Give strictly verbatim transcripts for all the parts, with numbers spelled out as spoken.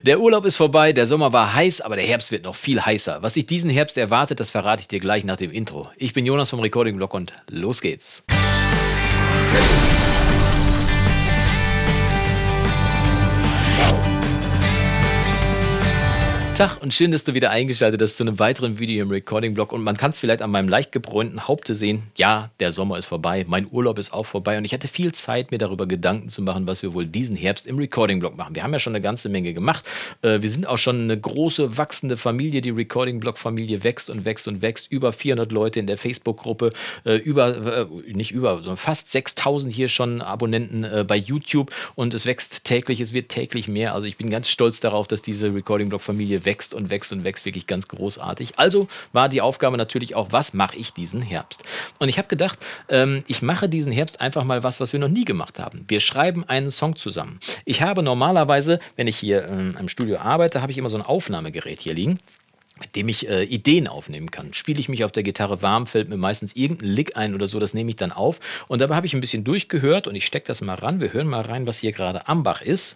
Der Urlaub ist vorbei, der Sommer war heiß, aber der Herbst wird noch viel heißer. Was sich diesen Herbst erwartet, das verrate ich dir gleich nach dem Intro. Ich bin Jonas vom Recording Blog und los geht's. Tag und schön, dass du wieder eingeschaltet hast zu einem weiteren Video im Recording-Blog. Und man kann es vielleicht an meinem leicht gebräunten Haupte sehen. Ja, der Sommer ist vorbei, mein Urlaub ist auch vorbei und ich hatte viel Zeit, mir darüber Gedanken zu machen, was wir wohl diesen Herbst im Recording-Blog machen. Wir haben ja schon eine ganze Menge gemacht. Wir sind auch schon eine große, wachsende Familie. Die Recording-Blog-Familie wächst und wächst und wächst. Über vierhundert Leute in der Facebook-Gruppe, über, nicht über, sondern fast sechstausend hier schon Abonnenten bei YouTube. Und es wächst täglich, es wird täglich mehr. Also ich bin ganz stolz darauf, dass diese Recording-Blog-Familie wächst. wächst und wächst und wächst, wirklich ganz großartig. Also war die Aufgabe natürlich auch, was mache ich diesen Herbst? Und ich habe gedacht, ähm, ich mache diesen Herbst einfach mal was, was wir noch nie gemacht haben. Wir schreiben einen Song zusammen. Ich habe normalerweise, wenn ich hier ähm, im Studio arbeite, habe ich immer so ein Aufnahmegerät hier liegen, mit dem ich äh, Ideen aufnehmen kann. Spiele ich mich auf der Gitarre warm, fällt mir meistens irgendein Lick ein oder so, das nehme ich dann auf. Und dabei habe ich ein bisschen durchgehört und ich stecke das mal ran. Wir hören mal rein, was hier gerade am Bach ist.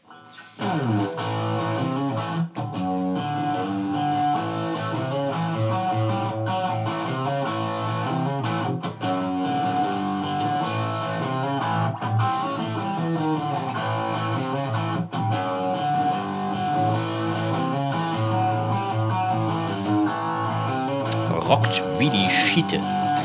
Rockt wie die Schiete.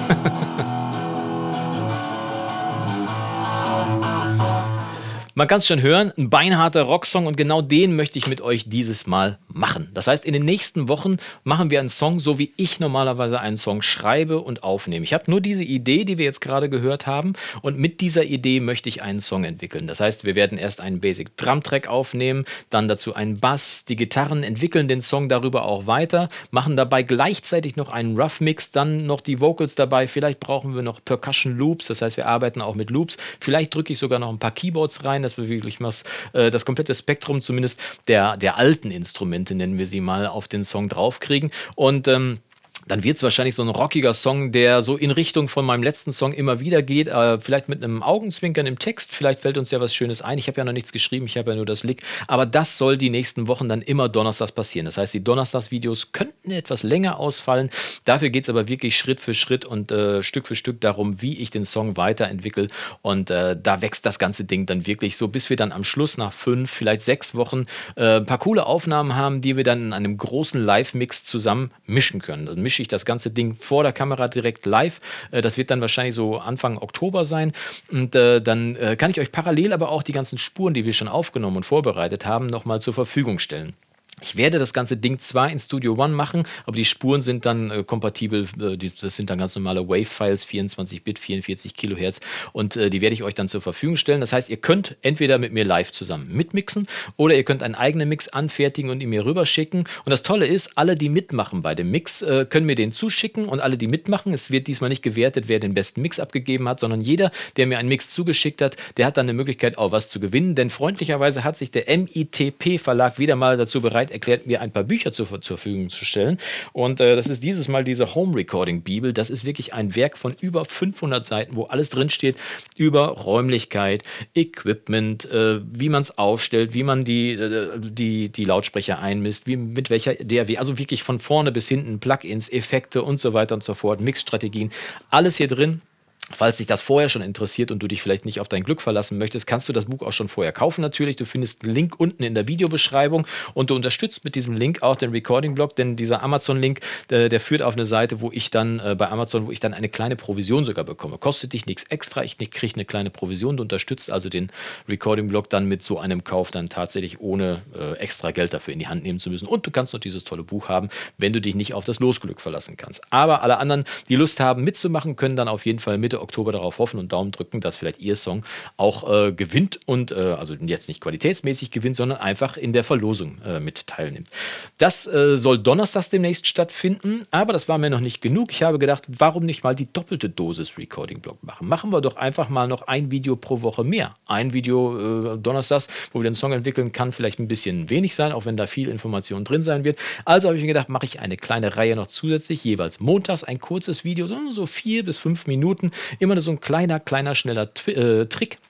Man kann es schon hören, ein beinharter Rocksong und genau den möchte ich mit euch dieses Mal machen. Das heißt, in den nächsten Wochen machen wir einen Song, so wie ich normalerweise einen Song schreibe und aufnehme. Ich habe nur diese Idee, die wir jetzt gerade gehört haben und mit dieser Idee möchte ich einen Song entwickeln. Das heißt, wir werden erst einen Basic Drum Track aufnehmen, dann dazu einen Bass, die Gitarren, entwickeln den Song darüber auch weiter, machen dabei gleichzeitig noch einen Rough Mix, dann noch die Vocals dabei, vielleicht brauchen wir noch Percussion Loops, das heißt, wir arbeiten auch mit Loops, vielleicht drücke ich sogar noch ein paar Keyboards rein, dass wir wirklich mal äh, das komplette Spektrum zumindest der, der alten Instrumente, nennen wir sie mal, auf den Song draufkriegen. Und ähm, dann wird es wahrscheinlich so ein rockiger Song, der so in Richtung von meinem letzten Song immer wieder geht. Äh, vielleicht mit einem Augenzwinkern im Text. Vielleicht fällt uns ja was Schönes ein. Ich habe ja noch nichts geschrieben, ich habe ja nur das Lick. Aber das soll die nächsten Wochen dann immer donnerstags passieren. Das heißt, die Donnerstagsvideos könnten etwas länger ausfallen. Dafür geht es aber wirklich Schritt für Schritt und äh, Stück für Stück darum, wie ich den Song weiterentwickle. Und äh, da wächst das ganze Ding dann wirklich so, bis wir dann am Schluss nach fünf, vielleicht sechs Wochen äh, ein paar coole Aufnahmen haben, die wir dann in einem großen Live-Mix zusammen mischen können. Dann mische ich das ganze Ding vor der Kamera direkt live. Das wird dann wahrscheinlich so Anfang Oktober sein. Und äh, dann äh, kann ich euch parallel aber auch die ganzen Spuren, die wir schon aufgenommen und vorbereitet haben, nochmal zur Verfügung stellen. Ich werde das ganze Ding zwar in Studio One machen, aber die Spuren sind dann äh, kompatibel, äh, die, das sind dann ganz normale Wave-Files, vierundzwanzig Bit, vierundvierzig Kilohertz und äh, die werde ich euch dann zur Verfügung stellen. Das heißt, ihr könnt entweder mit mir live zusammen mitmixen oder ihr könnt einen eigenen Mix anfertigen und ihn mir rüberschicken. Und das Tolle ist, alle, die mitmachen bei dem Mix, äh, können mir den zuschicken und alle, die mitmachen, es wird diesmal nicht gewertet, wer den besten Mix abgegeben hat, sondern jeder, der mir einen Mix zugeschickt hat, der hat dann eine Möglichkeit, auch was zu gewinnen, denn freundlicherweise hat sich der M I T P Verlag wieder mal dazu bereit erklärt, mir ein paar Bücher zur, zur Verfügung zu stellen. Und äh, das ist dieses Mal diese Home Recording Bibel. Das ist wirklich ein Werk von über fünfhundert Seiten, wo alles drinsteht über Räumlichkeit, Equipment, äh, wie man es aufstellt, wie man die, äh, die, die Lautsprecher einmisst, wie, mit welcher D A W, also wirklich von vorne bis hinten, Plugins, Effekte und so weiter und so fort, Mixstrategien, alles hier drin. Falls dich das vorher schon interessiert und du dich vielleicht nicht auf dein Glück verlassen möchtest, kannst du das Buch auch schon vorher kaufen natürlich. Du findest einen Link unten in der Videobeschreibung und du unterstützt mit diesem Link auch den Recording-Blog, denn dieser Amazon-Link, der, der führt auf eine Seite, wo ich dann äh, bei Amazon, wo ich dann eine kleine Provision sogar bekomme. Kostet dich nichts extra, ich kriege eine kleine Provision. Du unterstützt also den Recording-Blog dann mit so einem Kauf dann tatsächlich ohne äh, extra Geld dafür in die Hand nehmen zu müssen. Und du kannst noch dieses tolle Buch haben, wenn du dich nicht auf das Losglück verlassen kannst. Aber alle anderen, die Lust haben mitzumachen, können dann auf jeden Fall Mitte Oktober darauf hoffen und Daumen drücken, dass vielleicht ihr Song auch äh, gewinnt und äh, also jetzt nicht qualitätsmäßig gewinnt, sondern einfach in der Verlosung äh, mit teilnimmt. Das äh, soll donnerstags demnächst stattfinden, aber das war mir noch nicht genug. Ich habe gedacht, warum nicht mal die doppelte Dosis Recording-Blog machen? Machen wir doch einfach mal noch ein Video pro Woche mehr. Ein Video äh, donnerstags, wo wir den Song entwickeln, kann vielleicht ein bisschen wenig sein, auch wenn da viel Information drin sein wird. Also habe ich mir gedacht, mache ich eine kleine Reihe noch zusätzlich, jeweils montags ein kurzes Video, so vier bis fünf Minuten, immer so ein kleiner, kleiner, schneller Twi- äh, Trick.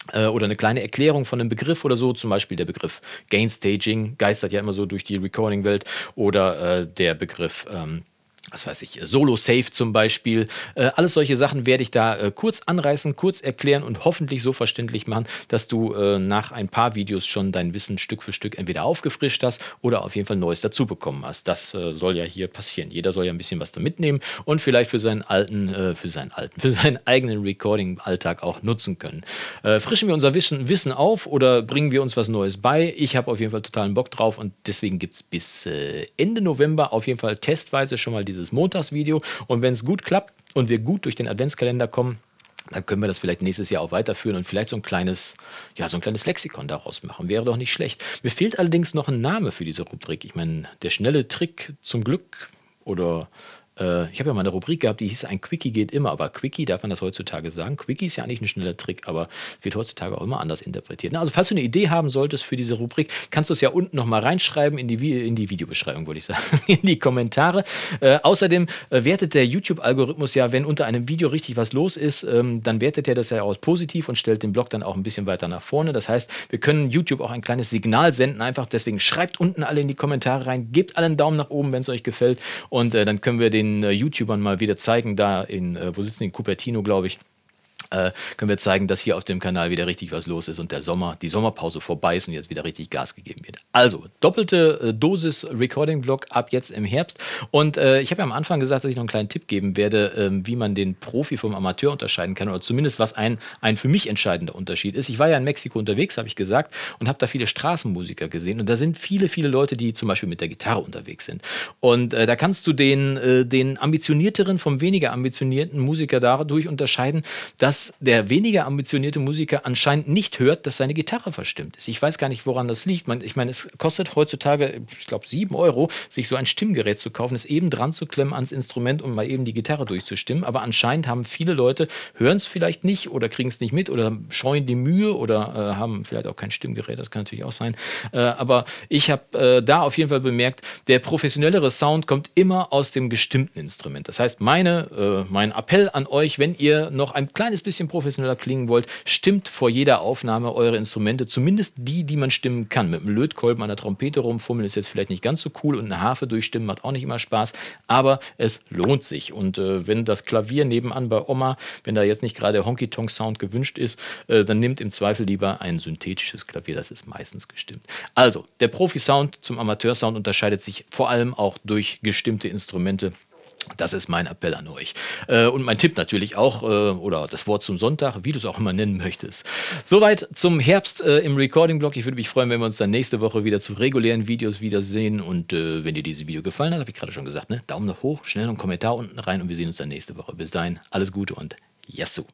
äh, oder eine kleine Erklärung von einem Begriff oder so, zum Beispiel der Begriff Gainstaging geistert ja immer so durch die Recording-Welt oder äh, der Begriff ähm, was weiß ich, Solo-Safe zum Beispiel. Äh, alles solche Sachen werde ich da äh, kurz anreißen, kurz erklären und hoffentlich so verständlich machen, dass du äh, nach ein paar Videos schon dein Wissen Stück für Stück entweder aufgefrischt hast oder auf jeden Fall Neues dazu bekommen hast. Das äh, soll ja hier passieren. Jeder soll ja ein bisschen was da mitnehmen und vielleicht für seinen alten, äh, für seinen alten, für seinen eigenen Recording-Alltag auch nutzen können. Äh, frischen wir unser Wissen, Wissen auf oder bringen wir uns was Neues bei? Ich habe auf jeden Fall totalen Bock drauf und deswegen gibt es bis äh, Ende November auf jeden Fall testweise schon mal dieses Montagsvideo. Und wenn es gut klappt und wir gut durch den Adventskalender kommen, dann können wir das vielleicht nächstes Jahr auch weiterführen und vielleicht so ein kleines, ja, so ein kleines Lexikon daraus machen. Wäre doch nicht schlecht. Mir fehlt allerdings noch ein Name für diese Rubrik. Ich meine, der schnelle Trick zum Glück oder äh, ich habe ja mal eine Rubrik gehabt, die hieß ein Quickie geht immer, aber Quickie, darf man das heutzutage sagen? Quickie ist ja eigentlich ein schneller Trick, aber wird heutzutage auch immer anders interpretiert. Na, also falls du eine Idee haben solltest für diese Rubrik, kannst du es ja unten nochmal reinschreiben in die, Vi- in die Videobeschreibung, würde ich sagen, in die Kommentare. Äh, außerdem äh, wertet der YouTube-Algorithmus ja, wenn unter einem Video richtig was los ist, ähm, dann wertet er das ja auch positiv und stellt den Blog dann auch ein bisschen weiter nach vorne. Das heißt, wir können YouTube auch ein kleines Signal senden, einfach deswegen schreibt unten alle in die Kommentare rein, gebt alle einen Daumen nach oben, wenn es euch gefällt und äh, dann können wir den äh, YouTubern mal wieder zeigen, da in, äh, wo sitzen die, in Cupertino, glaube ich, äh, können wir zeigen, dass hier auf dem Kanal wieder richtig was los ist und der Sommer, die Sommerpause vorbei ist und jetzt wieder richtig Gas gegeben wird. Also, doppelte äh, Dosis Recording-Vlog ab jetzt im Herbst. Und äh, ich habe ja am Anfang gesagt, dass ich noch einen kleinen Tipp geben werde, ähm, wie man den Profi vom Amateur unterscheiden kann oder zumindest was ein, ein für mich entscheidender Unterschied ist. Ich war ja in Mexiko unterwegs, habe ich gesagt, und habe da viele Straßenmusiker gesehen. Und da sind viele, viele Leute, die zum Beispiel mit der Gitarre unterwegs sind. Und äh, da kannst du den, äh, den ambitionierteren vom weniger ambitionierten Musiker dadurch unterscheiden, dass der weniger ambitionierte Musiker anscheinend nicht hört, dass seine Gitarre verstimmt ist. Ich weiß gar nicht, woran das liegt. Man, ich meine, es kostet heutzutage, ich glaube, sieben Euro, sich so ein Stimmgerät zu kaufen, es eben dran zu klemmen ans Instrument und mal eben die Gitarre durchzustimmen. Aber anscheinend haben viele Leute, hören es vielleicht nicht oder kriegen es nicht mit oder scheuen die Mühe oder äh, haben vielleicht auch kein Stimmgerät, das kann natürlich auch sein. Äh, aber ich habe äh, da auf jeden Fall bemerkt, der professionellere Sound kommt immer aus dem gestimmten Instrument. Das heißt, meine, äh, mein Appell an euch, wenn ihr noch ein kleines bisschen professioneller klingen wollt, stimmt vor jeder Aufnahme eure Instrumente, zumindest die, die man stimmen kann. Mit einem Lötkolben an der Trompete rumfummeln ist jetzt vielleicht nicht ganz so cool und eine Harfe durchstimmen macht auch nicht immer Spaß, aber es lohnt sich. Und äh, wenn das Klavier nebenan bei Oma, wenn da jetzt nicht gerade der Honky-Tonk-Sound gewünscht ist, äh, dann nimmt im Zweifel lieber ein synthetisches Klavier, das ist meistens gestimmt. Also, der Profi-Sound zum Amateur-Sound unterscheidet sich vor allem auch durch gestimmte Instrumente. Das ist mein Appell an euch. Äh, und mein Tipp natürlich auch, äh, oder das Wort zum Sonntag, wie du es auch immer nennen möchtest. Soweit zum Herbst äh, im Recording-Blog. Ich würde mich freuen, wenn wir uns dann nächste Woche wieder zu regulären Videos wiedersehen. Und äh, wenn dir dieses Video gefallen hat, habe ich gerade schon gesagt, ne? Daumen nach hoch, schnell einen Kommentar unten rein und wir sehen uns dann nächste Woche. Bis dahin, alles Gute und Yassou!